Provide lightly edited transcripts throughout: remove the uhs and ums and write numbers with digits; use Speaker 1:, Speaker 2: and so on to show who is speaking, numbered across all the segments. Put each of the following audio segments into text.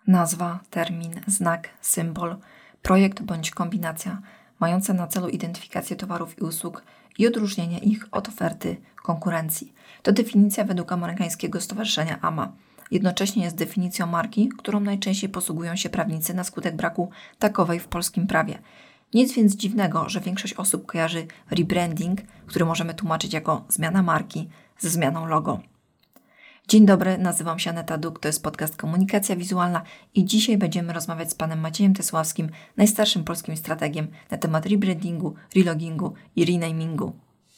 Speaker 1: Nazwa, termin, znak, symbol, projekt bądź kombinacja mająca na celu identyfikację towarów i usług i odróżnienie ich od oferty konkurencji. To definicja według amerykańskiego stowarzyszenia AMA. Jednocześnie jest definicją marki, którą najczęściej posługują się prawnicy na skutek braku takowej w polskim prawie. Nic więc dziwnego, że większość osób kojarzy rebranding, który możemy tłumaczyć jako zmiana marki, ze zmianą logo. Dzień dobry, nazywam się Aneta Duk, to jest podcast Komunikacja Wizualna i dzisiaj będziemy rozmawiać z panem Maciejem Tesławskim, najstarszym polskim strategiem na temat rebrandingu, relogingu i renamingu.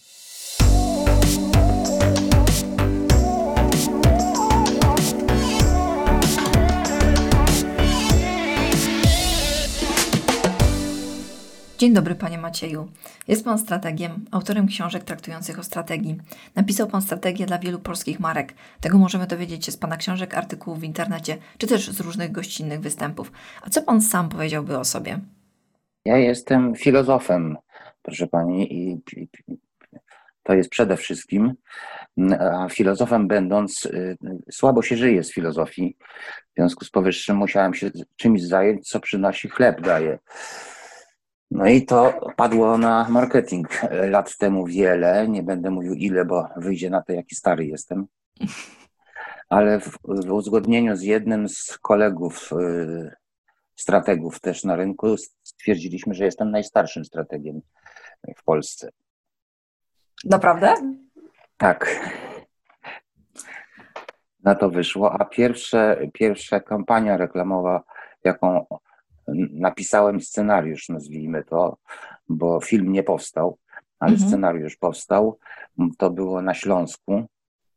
Speaker 1: Dzień dobry panie Macieju. Jest pan strategiem, autorem książek traktujących o strategii. Napisał pan strategię dla wielu polskich marek. Tego możemy dowiedzieć się z pana książek, artykułów w internecie, czy też z różnych gościnnych występów. A co pan sam powiedziałby o sobie?
Speaker 2: Ja jestem filozofem, proszę pani, i to jest przede wszystkim, a filozofem będąc, słabo się żyje z filozofii. W związku z powyższym musiałem się czymś zająć, co przynosi chleb, daje. No i to padło na marketing lat temu wiele, nie będę mówił ile, bo wyjdzie na to, jaki stary jestem. Ale w uzgodnieniu z jednym z kolegów, strategów też na rynku, stwierdziliśmy, że jestem najstarszym strategiem w Polsce.
Speaker 1: Naprawdę?
Speaker 2: Tak. Na to wyszło. A pierwsza kampania reklamowa, jaką napisałem scenariusz, nazwijmy to, bo film nie powstał, ale scenariusz powstał. To było na Śląsku.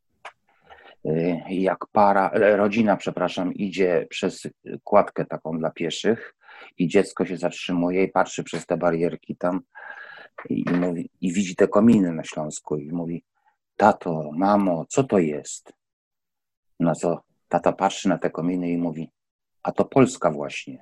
Speaker 2: Jak rodzina, idzie przez kładkę taką dla pieszych i dziecko się zatrzymuje i patrzy przez te barierki tam i mówi, i widzi te kominy na Śląsku i mówi: tato, mamo, co to jest? No co, tata patrzy na te kominy i mówi: a to Polska właśnie.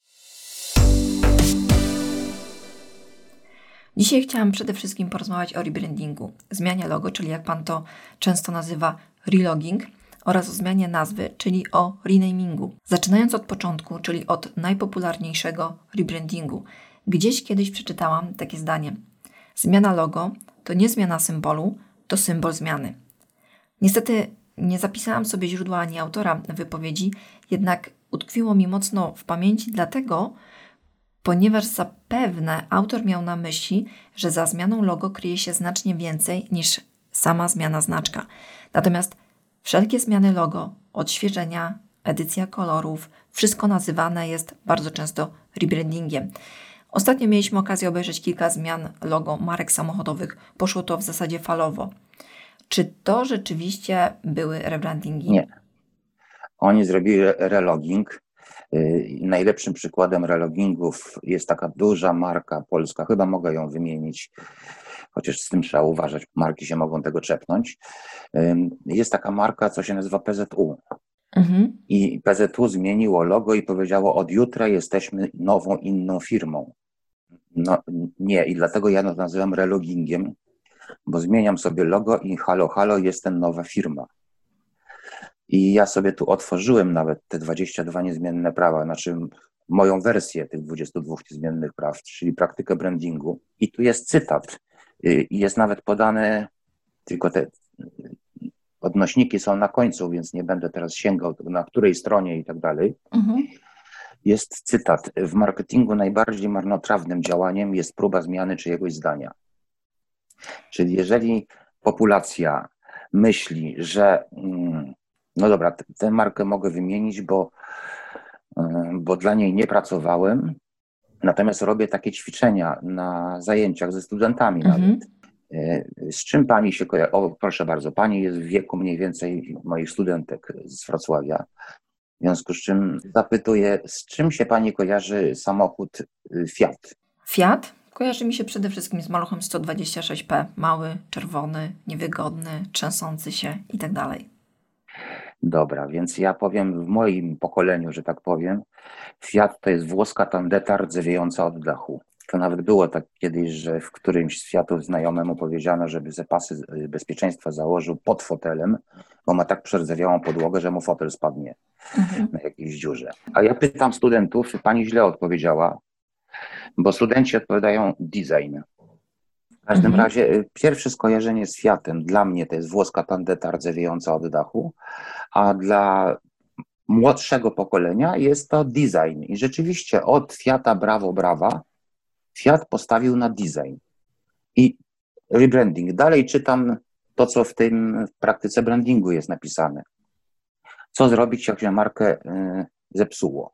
Speaker 1: Dzisiaj chciałam przede wszystkim porozmawiać o rebrandingu, zmianie logo, czyli jak pan to często nazywa relogging, oraz o zmianie nazwy, czyli o renamingu. Zaczynając od początku, czyli od najpopularniejszego rebrandingu. Gdzieś kiedyś przeczytałam takie zdanie: zmiana logo to nie zmiana symbolu, to symbol zmiany. Niestety nie zapisałam sobie źródła ani autora wypowiedzi, jednak utkwiło mi mocno w pamięci dlatego, ponieważ zapewne autor miał na myśli, że za zmianą logo kryje się znacznie więcej niż sama zmiana znaczka. Natomiast wszelkie zmiany logo, odświeżenia, edycja kolorów, wszystko nazywane jest bardzo często rebrandingiem. Ostatnio mieliśmy okazję obejrzeć kilka zmian logo marek samochodowych. Poszło to w zasadzie falowo. Czy to rzeczywiście były rebrandingi?
Speaker 2: Nie. Oni zrobili relogging. Najlepszym przykładem reloggingów jest taka duża marka polska, chyba mogę ją wymienić, chociaż z tym trzeba uważać, marki się mogą tego czepnąć. Jest taka marka, co się nazywa PZU. I PZU zmieniło logo i powiedziało: od jutra jesteśmy nową, inną firmą. No nie, i dlatego ja to nazywam reloggingiem, bo zmieniam sobie logo i halo, halo, jestem nowa firma. I ja sobie tu otworzyłem nawet te 22 niezmienne prawa, znaczy moją wersję tych 22 niezmiennych praw, czyli praktykę brandingu. I tu jest cytat. I jest nawet podane, tylko te odnośniki są na końcu, więc nie będę teraz sięgał na której stronie i tak dalej. Jest cytat: w marketingu najbardziej marnotrawnym działaniem jest próba zmiany czyjegoś zdania. Czyli jeżeli populacja myśli, że no dobra, tę markę mogę wymienić, bo dla niej nie pracowałem, natomiast robię takie ćwiczenia na zajęciach ze studentami nawet. Z czym pani się kojarzy? O, proszę bardzo, pani jest w wieku mniej więcej moich studentek z Wrocławia. W związku z czym zapytuję, z czym się pani kojarzy samochód Fiat?
Speaker 1: Fiat? Kojarzy mi się przede wszystkim z maluchem 126P. Mały, czerwony, niewygodny, trzęsący się i tak dalej.
Speaker 2: Dobra, więc ja powiem w moim pokoleniu, że tak powiem, Fiat to jest włoska tandeta rdzewiejąca od dachu. To nawet było tak kiedyś, że w którymś z Fiatów znajomemu powiedziano, żeby zapasy bezpieczeństwa założył pod fotelem, bo ma tak przerdzewiałą podłogę, że mu fotel spadnie na jakiejś dziurze. A ja pytam studentów, pani źle odpowiedziała, bo studenci odpowiadają design. W każdym razie pierwsze skojarzenie z Fiatem dla mnie to jest włoska tandeta rdzewiejąca od dachu, a dla młodszego pokolenia jest to design. I rzeczywiście od Fiata Bravo Brava Fiat postawił na design i rebranding. Dalej czytam to, co w praktyce brandingu jest napisane. Co zrobić, jak się markę zepsuło?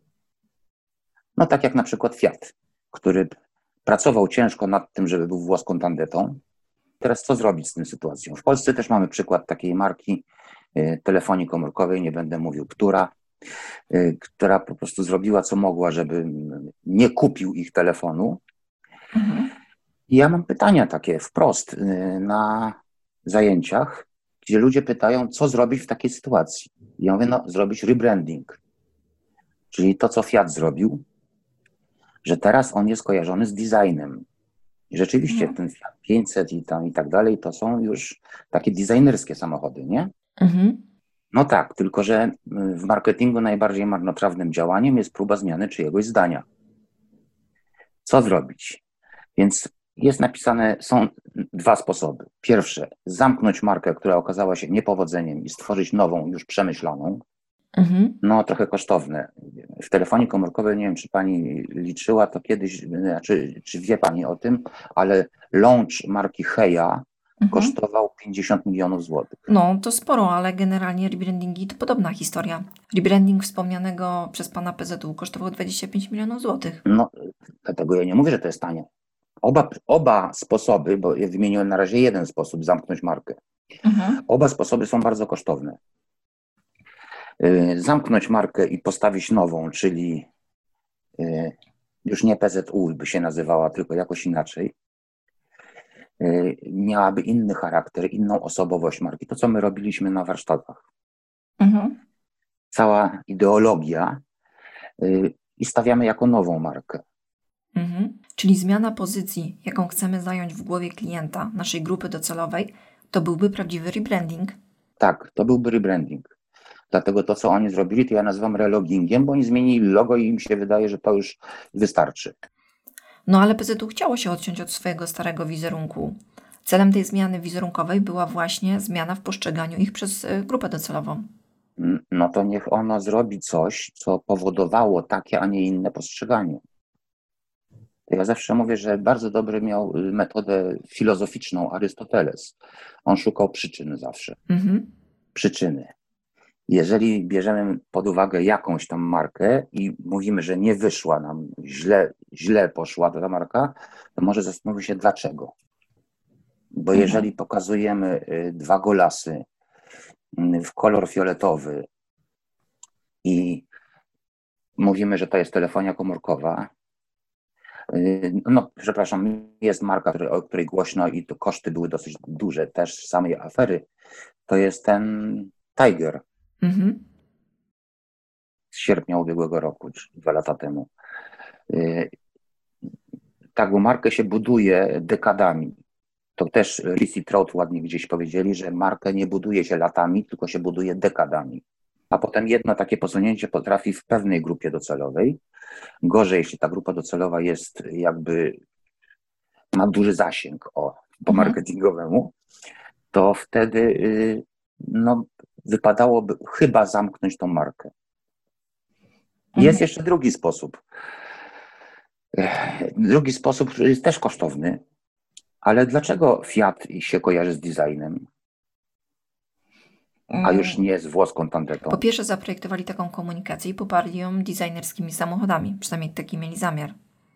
Speaker 2: No tak jak na przykład Fiat, który pracował ciężko nad tym, żeby był włoską tandetą. Teraz co zrobić z tą sytuacją? W Polsce też mamy przykład takiej marki telefonii komórkowej, nie będę mówił która po prostu zrobiła co mogła, żeby nie kupił ich telefonu. I ja mam pytania takie wprost na zajęciach, gdzie ludzie pytają, co zrobić w takiej sytuacji. I ja mówię, no zrobić rebranding, czyli to, co Fiat zrobił, że teraz on jest kojarzony z designem. I rzeczywiście ten Fiat 500 i tak dalej, to są już takie designerskie samochody, nie? No tak, tylko że w marketingu najbardziej marnotrawnym działaniem jest próba zmiany czyjegoś zdania. Co zrobić? Więc jest napisane, są dwa sposoby. Pierwsze, zamknąć markę, która okazała się niepowodzeniem i stworzyć nową, już przemyślaną. No trochę kosztowne. W telefonii komórkowej, nie wiem, czy pani liczyła to kiedyś, czy wie pani o tym, ale launch marki Heja kosztował 50 milionów złotych.
Speaker 1: No, to sporo, ale generalnie rebrandingi to podobna historia. Rebranding wspomnianego przez pana PZU kosztował 25 milionów złotych.
Speaker 2: No, dlatego ja nie mówię, że to jest tanie. Oba sposoby, bo ja wymieniłem na razie jeden sposób, zamknąć markę. Oba sposoby są bardzo kosztowne. Zamknąć markę i postawić nową, czyli już nie PZU by się nazywała, tylko jakoś inaczej, miałaby inny charakter, inną osobowość marki. To, co my robiliśmy na warsztatach. Cała ideologia i stawiamy jako nową markę.
Speaker 1: Czyli zmiana pozycji, jaką chcemy zająć w głowie klienta, naszej grupy docelowej, to byłby prawdziwy rebranding?
Speaker 2: Tak, to byłby rebranding. Dlatego to, co oni zrobili, to ja nazywam relogingiem, bo oni zmienili logo i im się wydaje, że to już wystarczy.
Speaker 1: No ale PZU chciało się odciąć od swojego starego wizerunku. Celem tej zmiany wizerunkowej była właśnie zmiana w postrzeganiu ich przez grupę docelową.
Speaker 2: No to niech ono zrobi coś, co powodowało takie, a nie inne postrzeganie. Ja zawsze mówię, że bardzo dobry miał metodę filozoficzną Arystoteles. On szukał przyczyn zawsze. Przyczyny. Jeżeli bierzemy pod uwagę jakąś tam markę i mówimy, że nie wyszła nam, źle poszła ta marka, to może zastanówmy się dlaczego. Bo jeżeli pokazujemy dwa golasy w kolor fioletowy i mówimy, że to jest telefonia komórkowa, no przepraszam, jest marka, o której głośno i to koszty były dosyć duże też samej afery, to jest ten Tiger z sierpnia ubiegłego roku, czy 2 lata temu. Taką markę się buduje dekadami. To też Rees i Trout ładnie gdzieś powiedzieli, że markę nie buduje się latami, tylko się buduje dekadami. A potem jedno takie posunięcie potrafi w pewnej grupie docelowej. Gorzej, jeśli ta grupa docelowa jest ma duży zasięg po marketingowemu, to wtedy wypadałoby chyba zamknąć tą markę. Jest jeszcze drugi sposób. Drugi sposób, który jest też kosztowny, ale dlaczego Fiat się kojarzy z designem, a już nie z włoską tandetą?
Speaker 1: Po pierwsze zaprojektowali taką komunikację i poparli ją designerskimi samochodami. Przynajmniej taki mieli zamiar.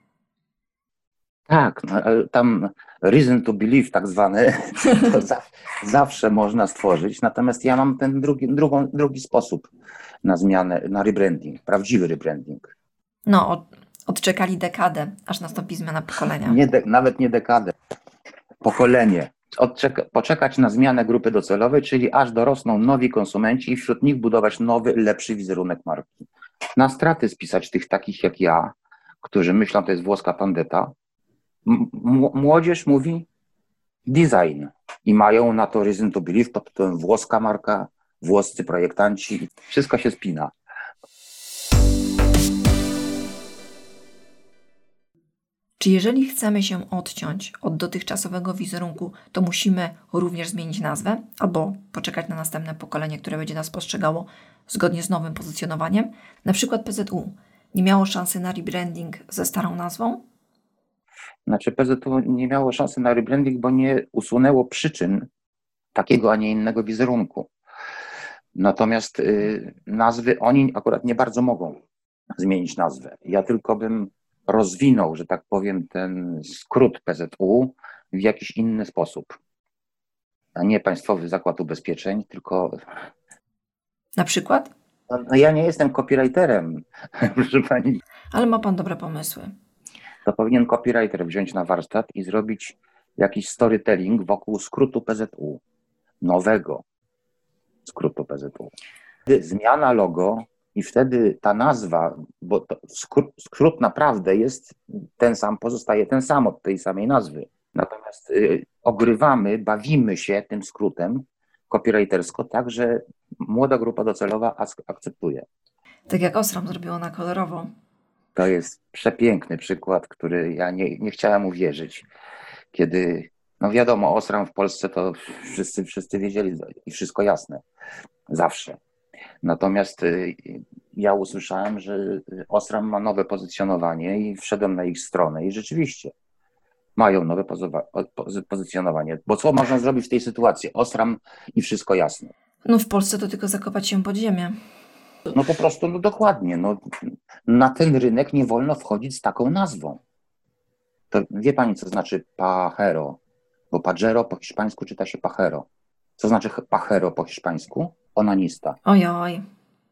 Speaker 2: Tak, no, tam reason to believe tak zwane, to zawsze można stworzyć. Natomiast ja mam ten drugi sposób na zmianę, na rebranding, prawdziwy rebranding.
Speaker 1: No, odczekali dekadę, aż nastąpi zmiana pokolenia.
Speaker 2: Nawet nie dekadę, pokolenie. Poczekać na zmianę grupy docelowej, czyli aż dorosną nowi konsumenci i wśród nich budować nowy, lepszy wizerunek marki. Na straty spisać tych takich jak ja, którzy myślą, to jest włoska tandeta. Młodzież mówi design i mają na to reason to believe pod tytułem włoska marka, włoscy projektanci. Wszystko się spina.
Speaker 1: Czy jeżeli chcemy się odciąć od dotychczasowego wizerunku, to musimy również zmienić nazwę albo poczekać na następne pokolenie, które będzie nas postrzegało zgodnie z nowym pozycjonowaniem? Na przykład PZU nie miało szansy na rebranding ze starą nazwą?
Speaker 2: Znaczy PZU nie miało szansy na rebranding, bo nie usunęło przyczyn takiego, a nie innego wizerunku. Natomiast nazwy oni akurat nie bardzo mogą zmienić nazwę. Ja tylko bym rozwinął, że tak powiem, ten skrót PZU w jakiś inny sposób. A nie Państwowy Zakład Ubezpieczeń, tylko...
Speaker 1: Na przykład?
Speaker 2: No ja nie jestem copywriterem, proszę Pani.
Speaker 1: Ale ma Pan dobre pomysły.
Speaker 2: To powinien copywriter wziąć na warsztat i zrobić jakiś storytelling wokół skrótu PZU. Nowego skrótu PZU. Zmiana logo i wtedy ta nazwa, bo to skrót naprawdę jest ten sam, pozostaje ten sam od tej samej nazwy. Natomiast ogrywamy, bawimy się tym skrótem copywritersko tak, że młoda grupa docelowa akceptuje.
Speaker 1: Tak jak Osram zrobiło na kolorowo.
Speaker 2: To jest przepiękny przykład, który ja nie chciałem uwierzyć. Kiedy, no wiadomo, Osram w Polsce to wszyscy wiedzieli i wszystko jasne. Zawsze. Natomiast ja usłyszałem, że Osram ma nowe pozycjonowanie i wszedłem na ich stronę i rzeczywiście mają nowe pozycjonowanie. Bo co można zrobić w tej sytuacji? Osram i wszystko jasne.
Speaker 1: No w Polsce to tylko zakopać się pod ziemię.
Speaker 2: No po prostu, no dokładnie. No, na ten rynek nie wolno wchodzić z taką nazwą. To wie Pani, co znaczy pajero? Bo pajero po hiszpańsku czyta się pajero. Co znaczy pajero po hiszpańsku? Onanista.
Speaker 1: Ojoj.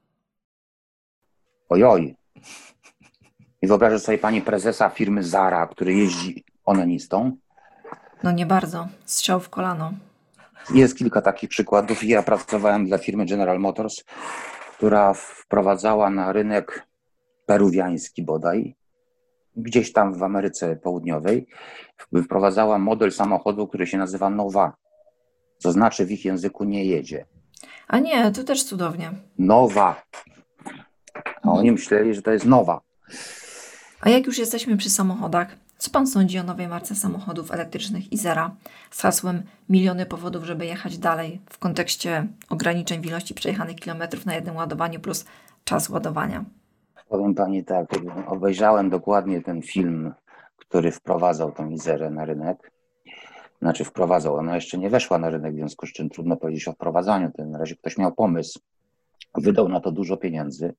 Speaker 2: Ojoj. I wyobraża sobie Pani prezesa firmy Zara, który jeździ onanistą?
Speaker 1: No nie bardzo. Strzał w kolano.
Speaker 2: Jest kilka takich przykładów. Ja pracowałem dla firmy General Motors, która wprowadzała na rynek peruwiański bodaj, gdzieś tam w Ameryce Południowej, wprowadzała model samochodu, który się nazywa Nowa. To znaczy w ich języku nie jedzie.
Speaker 1: A nie, to też cudownie.
Speaker 2: Nowa. A oni myśleli, że to jest nowa.
Speaker 1: A jak już jesteśmy przy samochodach, co Pan sądzi o nowej marce samochodów elektrycznych Izera z hasłem miliony powodów, żeby jechać dalej w kontekście ograniczeń w ilości przejechanych kilometrów na jednym ładowaniu plus czas ładowania?
Speaker 2: Powiem Pani tak, obejrzałem dokładnie ten film, który wprowadzał tą Izerę na rynek. Znaczy wprowadzał, ona jeszcze nie weszła na rynek, w związku z czym trudno powiedzieć o wprowadzaniu. Na razie ktoś miał pomysł, wydał na to dużo pieniędzy.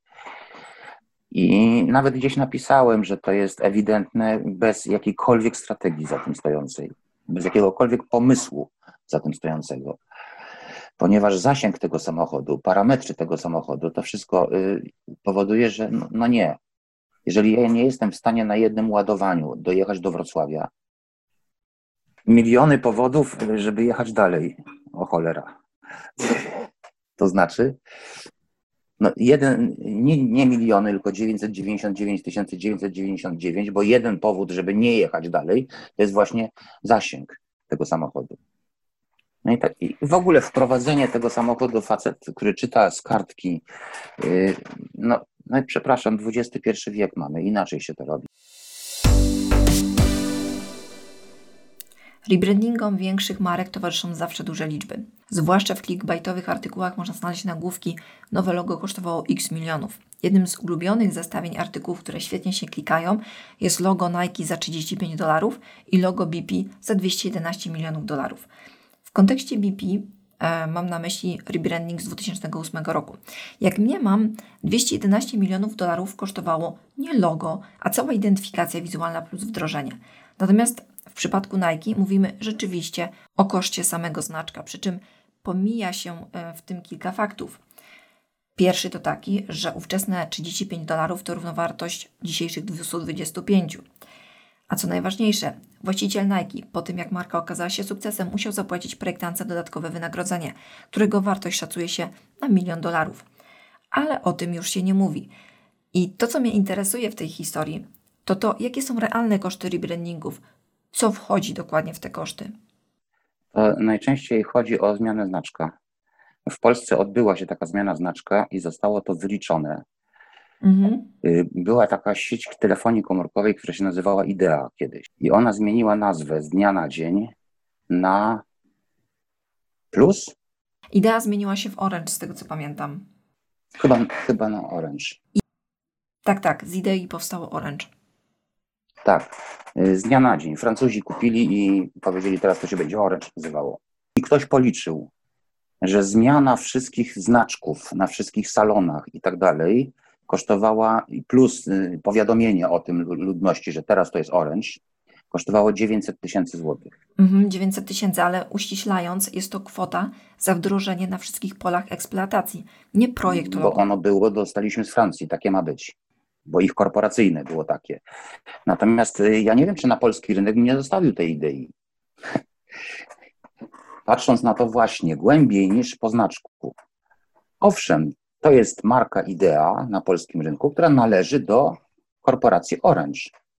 Speaker 2: I nawet gdzieś napisałem, że to jest ewidentne bez jakiejkolwiek strategii za tym stojącej, bez jakiegokolwiek pomysłu za tym stojącego. Ponieważ zasięg tego samochodu, parametry tego samochodu, to wszystko powoduje, że no nie. Jeżeli ja nie jestem w stanie na jednym ładowaniu dojechać do Wrocławia, miliony powodów, żeby jechać dalej. O cholera. To znaczy, no nie miliony, tylko 999 999, bo jeden powód, żeby nie jechać dalej, to jest właśnie zasięg tego samochodu. No i tak, i w ogóle wprowadzenie tego samochodu, facet, który czyta z kartki, no przepraszam, XXI wiek mamy, inaczej się to robi.
Speaker 1: Rebrandingom większych marek towarzyszą zawsze duże liczby. Zwłaszcza w clickbaitowych artykułach można znaleźć nagłówki nowe logo kosztowało x milionów. Jednym z ulubionych zestawień artykułów, które świetnie się klikają, jest logo Nike za $35 i logo BP za $211 milionów. W kontekście BP mam na myśli rebranding z 2008 roku. Jak mniemam, $211 milionów kosztowało nie logo, a cała identyfikacja wizualna plus wdrożenie. Natomiast w przypadku Nike mówimy rzeczywiście o koszcie samego znaczka, przy czym pomija się w tym kilka faktów. Pierwszy to taki, że ówczesne $35 to równowartość dzisiejszych 225. A co najważniejsze, właściciel Nike, po tym jak marka okazała się sukcesem, musiał zapłacić projektance dodatkowe wynagrodzenie, którego wartość szacuje się na $1 milion. Ale o tym już się nie mówi. I to, co mnie interesuje w tej historii, To jakie są realne koszty rebrandingów? Co wchodzi dokładnie w te koszty?
Speaker 2: To najczęściej chodzi o zmianę znaczka. W Polsce odbyła się taka zmiana znaczka i zostało to wyliczone. Była taka sieć telefonii komórkowej, która się nazywała Idea kiedyś. I ona zmieniła nazwę z dnia na dzień na Plus.
Speaker 1: Idea zmieniła się w Orange, z tego co pamiętam.
Speaker 2: Chyba na Orange.
Speaker 1: Tak, z Idei powstało Orange.
Speaker 2: Tak, z dnia na dzień. Francuzi kupili i powiedzieli, teraz to się będzie Orange nazywało. I ktoś policzył, że zmiana wszystkich znaczków na wszystkich salonach i tak dalej kosztowała, plus powiadomienie o tym ludności, że teraz to jest Orange, kosztowało 900 000 złotych.
Speaker 1: 900 000, ale uściślając, jest to kwota za wdrożenie na wszystkich polach eksploatacji, nie projekt logo.
Speaker 2: Bo ono było, dostaliśmy z Francji, takie ma być, bo ich korporacyjne było takie. Natomiast ja nie wiem, czy na polski rynek nie zostawił tej idei. Patrząc na to właśnie głębiej niż po znaczku. Owszem, to jest marka Idea na polskim rynku, która należy do korporacji Orange.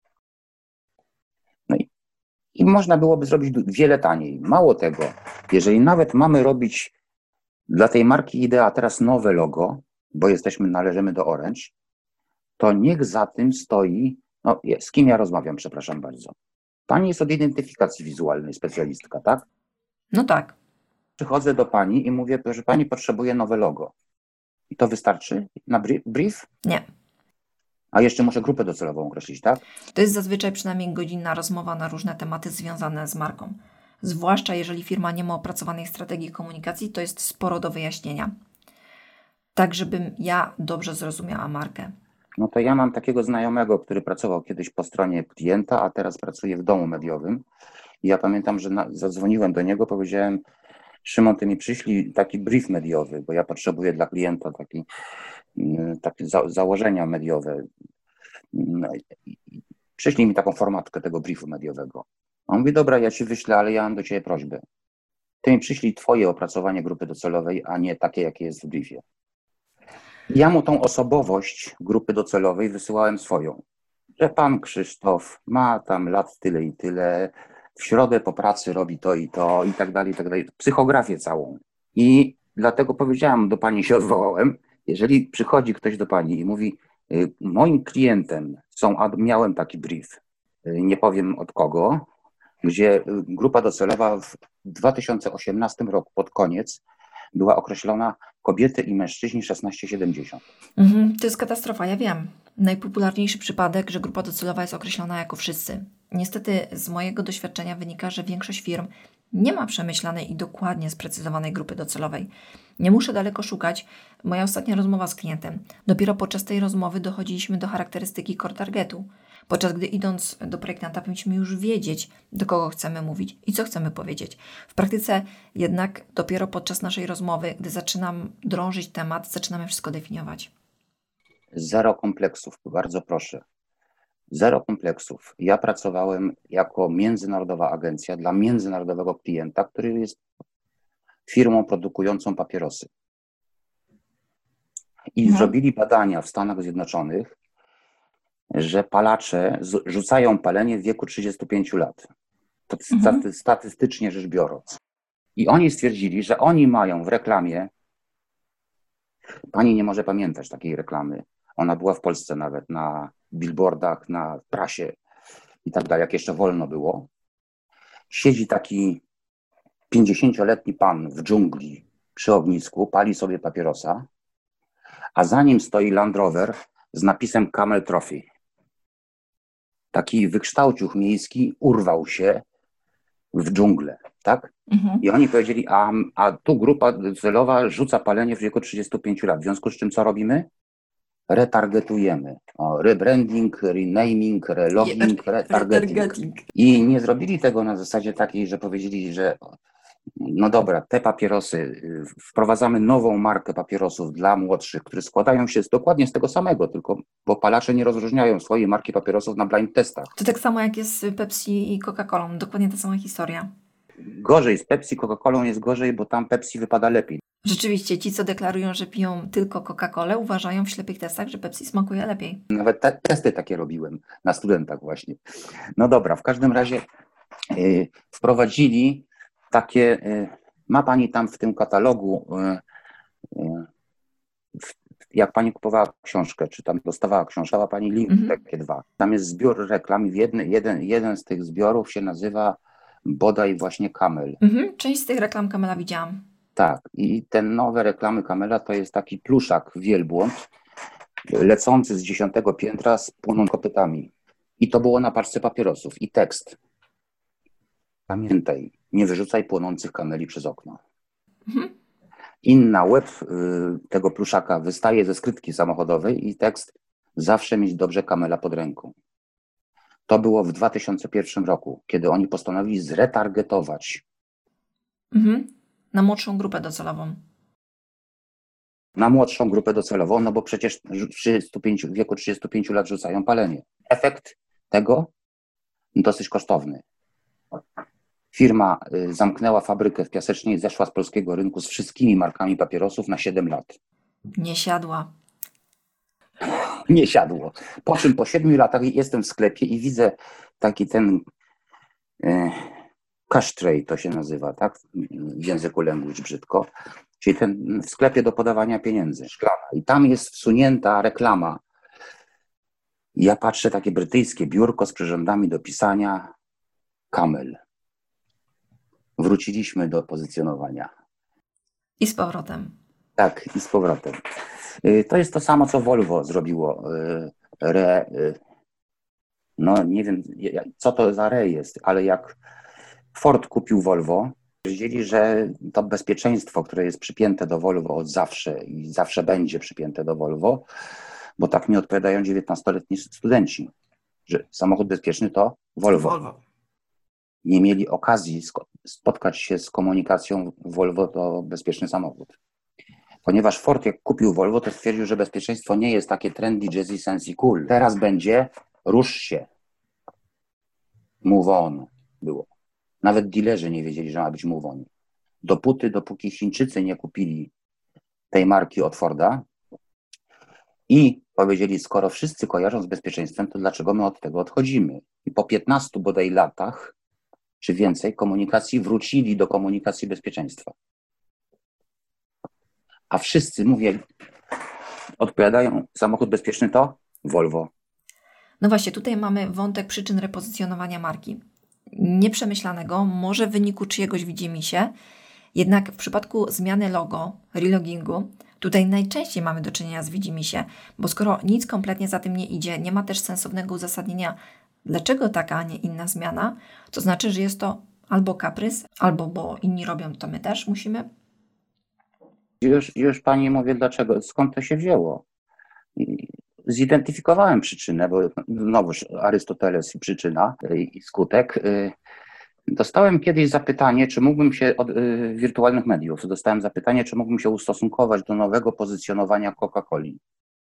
Speaker 2: No i można byłoby zrobić wiele taniej. Mało tego, jeżeli nawet mamy robić dla tej marki Idea teraz nowe logo, bo należymy do Orange, to niech za tym stoi, z kim ja rozmawiam, przepraszam bardzo. Pani jest od identyfikacji wizualnej specjalistka, tak?
Speaker 1: No tak.
Speaker 2: Przychodzę do pani i mówię, że pani potrzebuje nowe logo. I to wystarczy na brief?
Speaker 1: Nie.
Speaker 2: A jeszcze muszę grupę docelową określić, tak?
Speaker 1: To jest zazwyczaj przynajmniej godzinna rozmowa na różne tematy związane z marką. Zwłaszcza jeżeli firma nie ma opracowanej strategii komunikacji, to jest sporo do wyjaśnienia. Tak, żebym ja dobrze zrozumiała markę.
Speaker 2: No to ja mam takiego znajomego, który pracował kiedyś po stronie klienta, a teraz pracuje w domu mediowym. I ja pamiętam, że zadzwoniłem do niego, powiedziałem: Szymon, ty mi przyślij taki brief mediowy, bo ja potrzebuję dla klienta takie założenia mediowe. Przyślij mi taką formatkę tego briefu mediowego. On mówi: dobra, ja ci wyślę, ale ja mam do ciebie prośbę. Ty mi przyślij twoje opracowanie grupy docelowej, a nie takie, jakie jest w briefie. Ja mu tą osobowość grupy docelowej wysyłałem swoją. Że pan Krzysztof ma tam lat tyle i tyle, w środę po pracy robi to i to i tak dalej, i tak dalej. Psychografię całą. I dlatego powiedziałem, do pani się odwołałem, jeżeli przychodzi ktoś do pani i mówi: moim klientem miałem taki brief, nie powiem od kogo, gdzie grupa docelowa w 2018 roku pod koniec była określona kobiety i mężczyźni 16-70.
Speaker 1: To jest katastrofa, ja wiem. Najpopularniejszy przypadek, że grupa docelowa jest określona jako wszyscy. Niestety z mojego doświadczenia wynika, że większość firm nie ma przemyślanej i dokładnie sprecyzowanej grupy docelowej. Nie muszę daleko szukać. Moja ostatnia rozmowa z klientem. Dopiero podczas tej rozmowy dochodziliśmy do charakterystyki core targetu. Podczas gdy idąc do projektanta powinniśmy już wiedzieć, do kogo chcemy mówić i co chcemy powiedzieć. W praktyce jednak dopiero podczas naszej rozmowy, gdy zaczynam drążyć temat, zaczynamy wszystko definiować.
Speaker 2: Zero kompleksów, bardzo proszę. Zero kompleksów. Ja pracowałem jako międzynarodowa agencja dla międzynarodowego klienta, który jest firmą produkującą papierosy. I zrobili badania w Stanach Zjednoczonych, że palacze rzucają palenie w wieku 35 lat. To statystycznie rzecz biorąc. I oni stwierdzili, że oni mają w reklamie, pani nie może pamiętać takiej reklamy, ona była w Polsce nawet, na billboardach, na prasie i tak dalej, jak jeszcze wolno było. Siedzi taki 50-letni pan w dżungli przy ognisku, pali sobie papierosa, a za nim stoi Land Rover z napisem Camel Trophy. Taki wykształciuch miejski urwał się w dżunglę, tak? I oni powiedzieli, a tu grupa docelowa rzuca palenie w wieku 35 lat. W związku z czym co robimy? Retargetujemy. Rebranding, renaming, relogging, retargeting. I nie zrobili tego na zasadzie takiej, że powiedzieli, że no dobra, te papierosy, wprowadzamy nową markę papierosów dla młodszych, które składają się dokładnie z tego samego, tylko bo palacze nie rozróżniają swojej marki papierosów na blind testach.
Speaker 1: To tak samo jak jest z Pepsi i Coca-Colą, dokładnie ta sama historia.
Speaker 2: Gorzej z Pepsi, Coca-Colą jest gorzej, bo tam Pepsi wypada lepiej.
Speaker 1: Rzeczywiście ci, co deklarują, że piją tylko Coca-Colę, uważają w ślepych testach, że Pepsi smakuje lepiej.
Speaker 2: Nawet testy takie robiłem na studentach właśnie. No dobra, w każdym razie wprowadzili takie, ma pani tam w tym katalogu, jak pani kupowała książkę, czy tam dostawała książkę, dała pani link, takie dwa. Tam jest zbiór reklam i jeden z tych zbiorów się nazywa bodaj właśnie Camel.
Speaker 1: Część z tych reklam Camela widziałam.
Speaker 2: Tak, i te nowe reklamy Camela to jest taki pluszak wielbłąd lecący z 10. piętra z płonącymi kopytami. I to było na paczce papierosów i tekst. Pamiętaj, nie wyrzucaj płonących kameli przez okno. Inna łeb tego pluszaka wystaje ze skrytki samochodowej i tekst zawsze mieć dobrze kamela pod ręką. To było w 2001 roku, kiedy oni postanowili zretargetować.
Speaker 1: Na młodszą grupę docelową.
Speaker 2: Na młodszą grupę docelową, no bo przecież w wieku 35 lat rzucają palenie. Efekt tego dosyć kosztowny. Firma zamknęła fabrykę w Piasecznej i zeszła z polskiego rynku z wszystkimi markami papierosów na 7 lat.
Speaker 1: Nie siadła.
Speaker 2: Nie siadło. Po czym po 7 latach jestem w sklepie i widzę taki ten cash tray to się nazywa, tak? W języku language brzydko. Czyli ten w sklepie do podawania pieniędzy, szklana. I tam jest wsunięta reklama. Ja patrzę, takie brytyjskie biurko z przyrządami do pisania. Camel. Wróciliśmy do pozycjonowania.
Speaker 1: I z powrotem.
Speaker 2: Tak, i z powrotem. To jest to samo, co Volvo zrobiło. No nie wiem, co to za jest, ale jak Ford kupił Volvo, wiedzieli, że to bezpieczeństwo, które jest przypięte do Volvo od zawsze i zawsze będzie przypięte do Volvo, bo tak mi odpowiadają 19-letni studenci, że samochód bezpieczny to Volvo. Nie mieli okazji spotkać się z komunikacją Volvo to bezpieczny samochód. Ponieważ Ford jak kupił Volvo, to stwierdził, że bezpieczeństwo nie jest takie trendy, jazzy, sensy, cool. Teraz będzie rusz się. Move on było. Nawet dealerzy nie wiedzieli, że ma być move on. Dopóki Chińczycy nie kupili tej marki od Forda i powiedzieli, skoro wszyscy kojarzą z bezpieczeństwem, to dlaczego my od tego odchodzimy? I po 15 bodaj latach, czy więcej, komunikacji wrócili do komunikacji bezpieczeństwa. A wszyscy, mówię, odpowiadają, samochód bezpieczny to Volvo.
Speaker 1: No właśnie, tutaj mamy wątek przyczyn repozycjonowania marki. Nieprzemyślanego, może w wyniku czyjegoś widzimisię, jednak w przypadku zmiany logo, relogingu, tutaj najczęściej mamy do czynienia z widzimisię, bo skoro nic kompletnie za tym nie idzie, nie ma też sensownego uzasadnienia, dlaczego taka, a nie inna zmiana, to znaczy, że jest to albo kaprys, albo bo inni robią, to my też musimy.
Speaker 2: Już pani mówię, dlaczego, skąd to się wzięło. Zidentyfikowałem przyczynę, bo znowuż Arystoteles i przyczyna i skutek. Dostałem kiedyś zapytanie, czy mógłbym się od wirtualnych mediów, dostałem zapytanie, czy mógłbym się ustosunkować do nowego pozycjonowania Coca-Coli.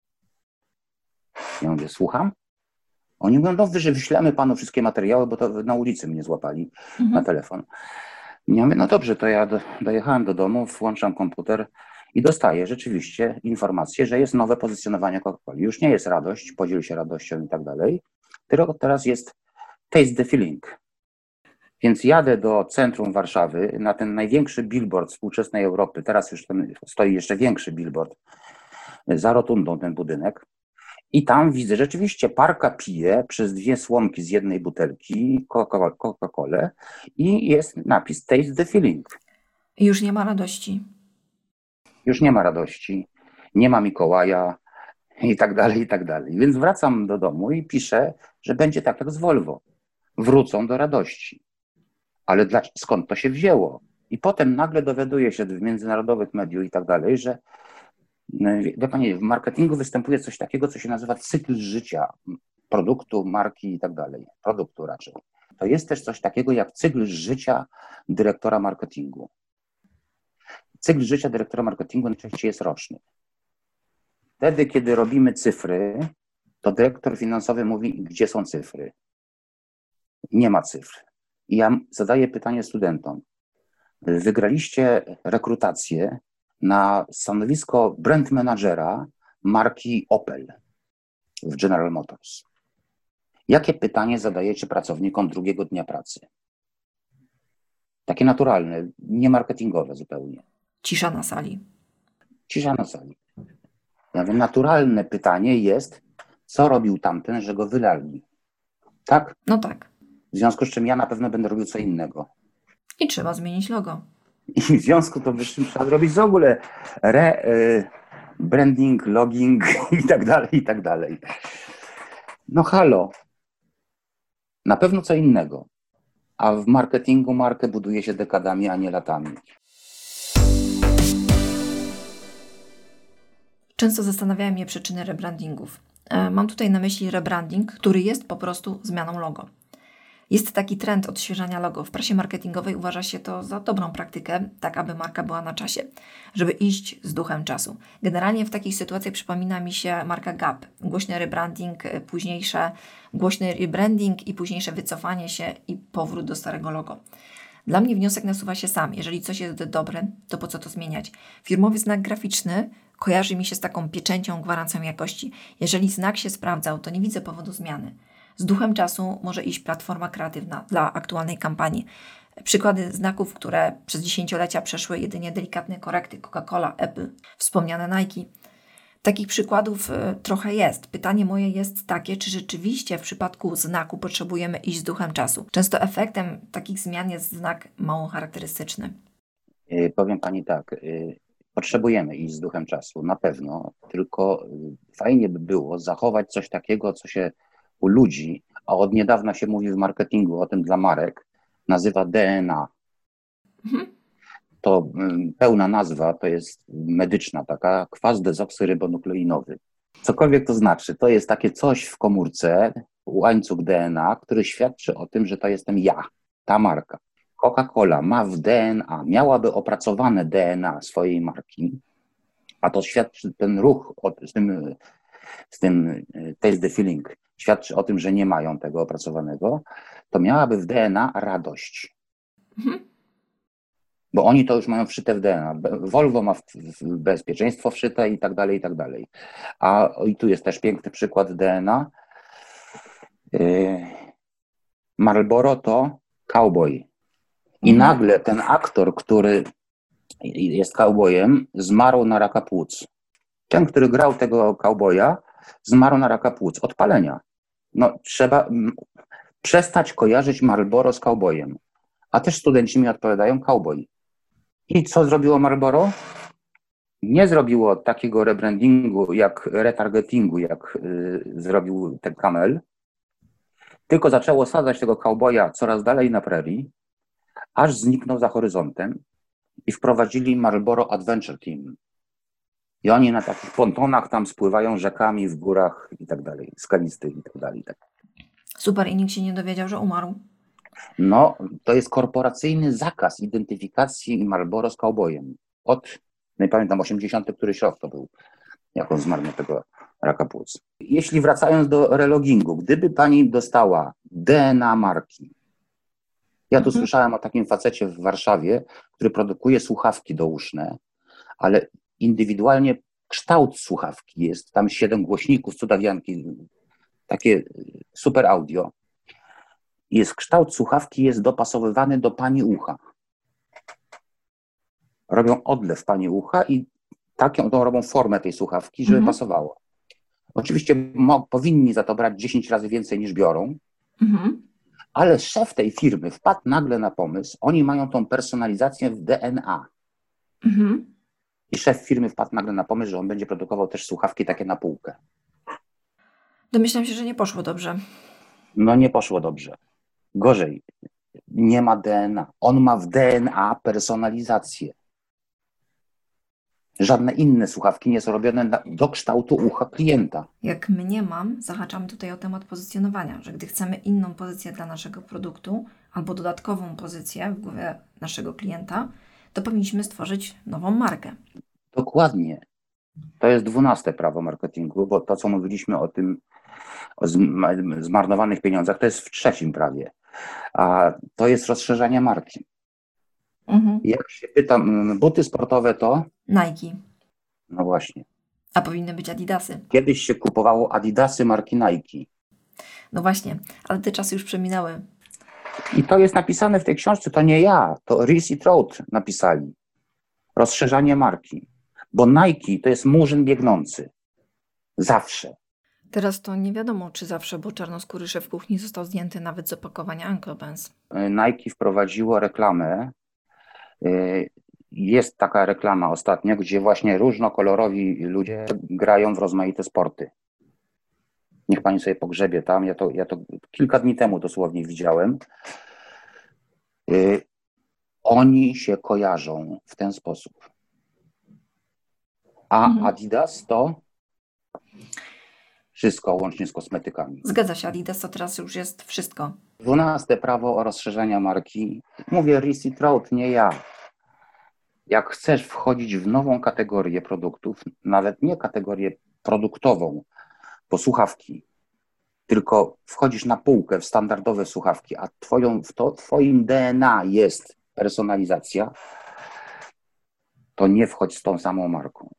Speaker 2: Ja mówię, słucham? Oni mówią, no wyślemy panu wszystkie materiały, bo to na ulicy mnie złapali na telefon. Ja mówię, no dobrze, to ja dojechałem do domu, włączam komputer i dostaję rzeczywiście informację, że jest nowe pozycjonowanie Coca-Coli. Już nie jest radość, podziel się radością i tak dalej, tylko teraz jest taste the feeling. Więc jadę do centrum Warszawy na ten największy billboard współczesnej Europy. Teraz już tam stoi jeszcze większy billboard za rotundą ten budynek. I tam widzę rzeczywiście parka pije przez 2 słomki z jednej butelki Coca-Colę i jest napis taste the feeling.
Speaker 1: I już nie ma radości.
Speaker 2: Już nie ma radości, nie ma Mikołaja i tak dalej, i tak dalej. Więc wracam do domu i piszę, że będzie tak jak z Volvo. Wrócą do radości. Ale skąd to się wzięło? I potem nagle dowiaduję się w międzynarodowych mediach i tak dalej, że wie pani, w marketingu występuje coś takiego, co się nazywa cykl życia produktu, marki i tak dalej. Produktu raczej. To jest też coś takiego jak cykl życia dyrektora marketingu. Cykl życia dyrektora marketingu najczęściej jest roczny. Wtedy, kiedy robimy cyfry, to dyrektor finansowy mówi, gdzie są cyfry. Nie ma cyfr. I ja zadaję pytanie studentom. Wygraliście rekrutację na stanowisko brand managera marki Opel w General Motors. Jakie pytanie zadajecie pracownikom drugiego dnia pracy? Takie naturalne, nie marketingowe zupełnie.
Speaker 1: Cisza na sali.
Speaker 2: Cisza na sali. Ja mówię, naturalne pytanie jest, co robił tamten, że go wylali? Tak?
Speaker 1: No tak.
Speaker 2: W związku z czym ja na pewno będę robił co innego.
Speaker 1: I trzeba zmienić logo.
Speaker 2: I w związku to wyższym trzeba zrobić w ogóle branding, logging i tak dalej, i tak dalej. No halo. Na pewno co innego. A w marketingu markę buduje się dekadami, a nie latami.
Speaker 1: Często zastanawiają mnie przyczyny rebrandingów. Mam tutaj na myśli rebranding, który jest po prostu zmianą logo. Jest taki trend odświeżania logo. W prasie marketingowej uważa się to za dobrą praktykę, tak aby marka była na czasie, żeby iść z duchem czasu. Generalnie w takich sytuacjach przypomina mi się marka Gap. Głośny rebranding, głośny rebranding i późniejsze wycofanie się i powrót do starego logo. Dla mnie wniosek nasuwa się sam. Jeżeli coś jest dobre, to po co to zmieniać? Firmowy znak graficzny kojarzy mi się z taką pieczęcią, gwarancją jakości. Jeżeli znak się sprawdzał, to nie widzę powodu zmiany. Z duchem czasu może iść platforma kreatywna dla aktualnej kampanii. Przykłady znaków, które przez dziesięciolecia przeszły jedynie delikatne korekty: Coca-Cola, Apple, wspomniane Nike. Takich przykładów trochę jest. Pytanie moje jest takie, czy rzeczywiście w przypadku znaku potrzebujemy iść z duchem czasu? Często efektem takich zmian jest znak mało charakterystyczny.
Speaker 2: Powiem pani tak, potrzebujemy iść z duchem czasu, na pewno, tylko fajnie by było zachować coś takiego, co się u ludzi, a od niedawna się mówi w marketingu o tym dla marek, nazywa DNA. To pełna nazwa to jest medyczna, taka kwas dezoksyrybonukleinowy. Cokolwiek to znaczy, to jest takie coś w komórce, łańcuch DNA, który świadczy o tym, że to jestem ja, ta marka. Coca-Cola ma w DNA, miałaby opracowane DNA swojej marki, a to świadczy ten ruch z tym taste the feeling, świadczy o tym, że nie mają tego opracowanego, to miałaby w DNA radość. Bo oni to już mają wszyte w DNA. Volvo ma w bezpieczeństwo wszyte i tak dalej, i tak dalej. I tu jest też piękny przykład DNA. Marlboro to cowboy. I nagle ten aktor, który jest cowboyem, zmarł na raka płuc. Ten, który grał tego cowboya, zmarł na raka płuc. Od palenia. No, trzeba przestać kojarzyć Marlboro z cowboyem. A też studenci mi odpowiadają cowboy. I co zrobiło Marlboro? Nie zrobiło takiego rebrandingu, retargetingu, jak zrobił ten Camel, tylko zaczęło sadzać tego cowboya coraz dalej na prerii, aż zniknął za horyzontem i wprowadzili Marlboro Adventure Team. I oni na takich pontonach tam spływają rzekami w górach i tak dalej, skalistych i tak dalej.
Speaker 1: Super, i nikt się nie dowiedział, że umarł.
Speaker 2: No, to jest korporacyjny zakaz identyfikacji Marlboro z cowboyem. Nie pamiętam, 80. któryś rok to był, jak on zmarł na tego raka płuc. Jeśli wracając do reloggingu, gdyby pani dostała DNA marki, ja tu słyszałem o takim facecie w Warszawie, który produkuje słuchawki douszne, ale indywidualnie kształt słuchawki jest, tam 7 głośników, cudawianki, takie super audio. Kształt słuchawki jest dopasowywany do pani ucha. Robią odlew pani ucha i tą robią formę tej słuchawki, żeby pasowało. Oczywiście powinni za to brać 10 razy więcej niż biorą, ale szef tej firmy wpadł nagle na pomysł, oni mają tą personalizację w DNA. I szef firmy wpadł nagle na pomysł, że on będzie produkował też słuchawki takie na półkę.
Speaker 1: Domyślam się, że nie poszło dobrze.
Speaker 2: No nie poszło dobrze. Gorzej, nie ma DNA. On ma w DNA personalizację. Żadne inne słuchawki nie są robione do kształtu ucha klienta.
Speaker 1: Jak mniemam, zahaczamy tutaj o temat pozycjonowania, że gdy chcemy inną pozycję dla naszego produktu albo dodatkową pozycję w głowie naszego klienta, to powinniśmy stworzyć nową markę.
Speaker 2: Dokładnie. To jest 12 prawo marketingu, bo to, co mówiliśmy o zmarnowanych pieniądzach, to jest w 3 prawie. A to jest rozszerzanie marki. Jak się pytam, buty sportowe to
Speaker 1: Nike.
Speaker 2: No właśnie.
Speaker 1: A powinny być Adidasy.
Speaker 2: Kiedyś się kupowało Adidasy marki Nike.
Speaker 1: No właśnie, ale te czasy już przeminęły.
Speaker 2: I to jest napisane w tej książce, to nie ja, to Rees i Trout napisali. Rozszerzanie marki. Bo Nike to jest murzyn biegnący. Zawsze.
Speaker 1: Teraz to nie wiadomo, czy zawsze, bo czarnoskóry szef kuchni został zdjęty nawet z opakowania Uncle Ben's.
Speaker 2: Nike wprowadziło reklamę. Jest taka reklama ostatnio, gdzie właśnie różnokolorowi ludzie grają w rozmaite sporty. Niech pani sobie pogrzebie tam. Ja to kilka dni temu dosłownie widziałem. Oni się kojarzą w ten sposób. A Adidas to wszystko łącznie z kosmetykami.
Speaker 1: Zgadza się, Adidas to teraz już jest wszystko.
Speaker 2: 12 prawo o rozszerzenia marki. Mówię Rees i Trout, nie ja. Jak chcesz wchodzić w nową kategorię produktów, nawet nie kategorię produktową, po słuchawki, tylko wchodzisz na półkę w standardowe słuchawki, a twoim DNA jest personalizacja, to nie wchodź z tą samą marką.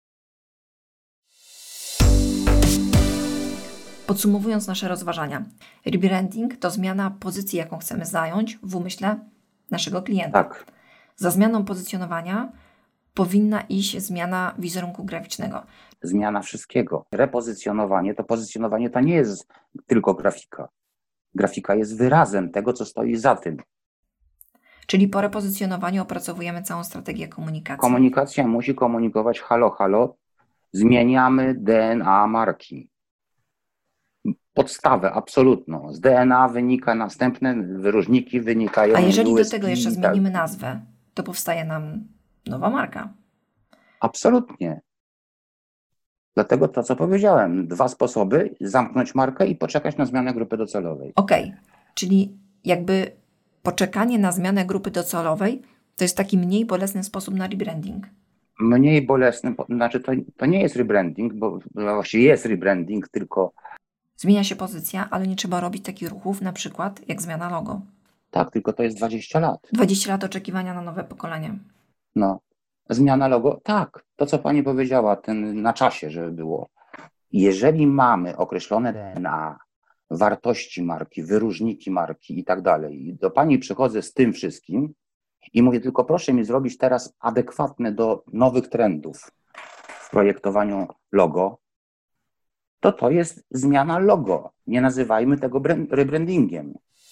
Speaker 1: Podsumowując nasze rozważania, rebranding to zmiana pozycji, jaką chcemy zająć w umyśle naszego klienta.
Speaker 2: Tak.
Speaker 1: Za zmianą pozycjonowania powinna iść zmiana wizerunku graficznego.
Speaker 2: Zmiana wszystkiego. Repozycjonowanie to nie jest tylko grafika. Grafika jest wyrazem tego, co stoi za tym.
Speaker 1: Czyli po repozycjonowaniu opracowujemy całą strategię komunikacji.
Speaker 2: Komunikacja musi komunikować halo, halo. Zmieniamy DNA marki. Podstawę absolutną. Z DNA wynika następne wyróżniki, wynikają.
Speaker 1: A jeżeli
Speaker 2: USP,
Speaker 1: do tego jeszcze zmienimy nazwę, to powstaje nam nowa marka.
Speaker 2: Absolutnie. Dlatego to, co powiedziałem, 2 sposoby: zamknąć markę i poczekać na zmianę grupy docelowej.
Speaker 1: Okej, czyli jakby poczekanie na zmianę grupy docelowej to jest taki mniej bolesny sposób na rebranding.
Speaker 2: Mniej bolesny, znaczy to nie jest rebranding, bo właściwie jest rebranding, tylko
Speaker 1: Zmienia się pozycja, ale nie trzeba robić takich ruchów, na przykład jak zmiana logo.
Speaker 2: tak, tylko to jest 20 lat.
Speaker 1: 20 lat oczekiwania na nowe pokolenie.
Speaker 2: No, zmiana logo, tak, to co pani powiedziała, na czasie, żeby było. Jeżeli mamy określone DNA, wartości marki, wyróżniki marki i tak dalej, do pani przychodzę z tym wszystkim i mówię, tylko proszę mi zrobić teraz adekwatne do nowych trendów w projektowaniu logo, to jest zmiana logo. Nie nazywajmy tego rebrandingiem.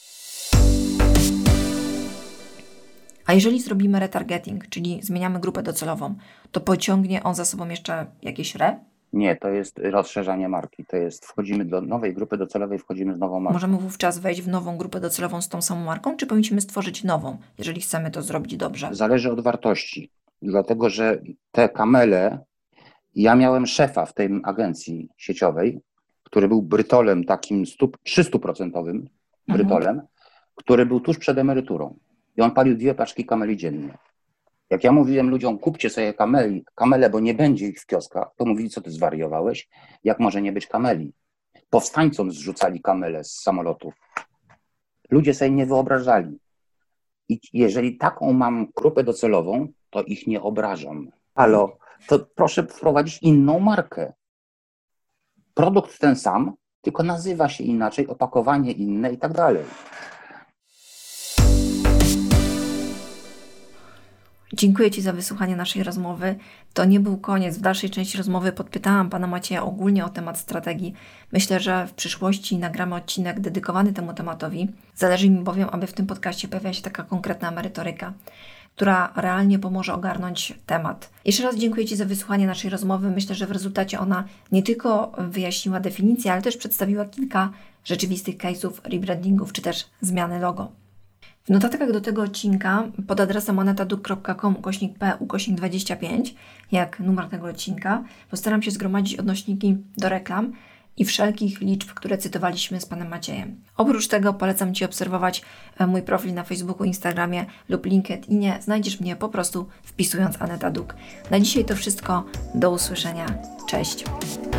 Speaker 1: A jeżeli zrobimy retargeting, czyli zmieniamy grupę docelową, to pociągnie on za sobą jeszcze jakieś
Speaker 2: Nie, to jest rozszerzanie marki. Wchodzimy do nowej grupy docelowej, wchodzimy z nową marką.
Speaker 1: Możemy wówczas wejść w nową grupę docelową z tą samą marką, czy powinniśmy stworzyć nową, jeżeli chcemy to zrobić dobrze?
Speaker 2: Zależy od wartości. Dlatego, że te kamele, ja miałem szefa w tej agencji sieciowej, który był brytolem takim 300% brytolem, który był tuż przed emeryturą. I on palił 2 paczki kameli dziennie. Jak ja mówiłem ludziom, kupcie sobie kamele, bo nie będzie ich w kioskach, to mówili, co ty zwariowałeś? Jak może nie być kameli? Powstańcom zrzucali kamele z samolotów. Ludzie sobie nie wyobrażali. I jeżeli taką mam grupę docelową, to ich nie obrażam. Halo, to proszę wprowadzić inną markę. Produkt ten sam, tylko nazywa się inaczej, opakowanie inne i tak dalej.
Speaker 1: Dziękuję Ci za wysłuchanie naszej rozmowy. To nie był koniec. W dalszej części rozmowy podpytałam Pana Macieja ogólnie o temat strategii. Myślę, że w przyszłości nagramy odcinek dedykowany temu tematowi. Zależy mi bowiem, aby w tym podcaście pojawiła się taka konkretna merytoryka, która realnie pomoże ogarnąć temat. Jeszcze raz dziękuję Ci za wysłuchanie naszej rozmowy. Myślę, że w rezultacie ona nie tylko wyjaśniła definicję, ale też przedstawiła kilka rzeczywistych case'ów rebrandingów, czy też zmiany logo. W notatkach do tego odcinka pod adresem anetaduk.com/p/25, jak numer tego odcinka, postaram się zgromadzić odnośniki do reklam i wszelkich liczb, które cytowaliśmy z Panem Maciejem. Oprócz tego polecam Ci obserwować mój profil na Facebooku, Instagramie lub LinkedInie. Znajdziesz mnie po prostu wpisując Aneta Duk. Na dzisiaj to wszystko. Do usłyszenia. Cześć!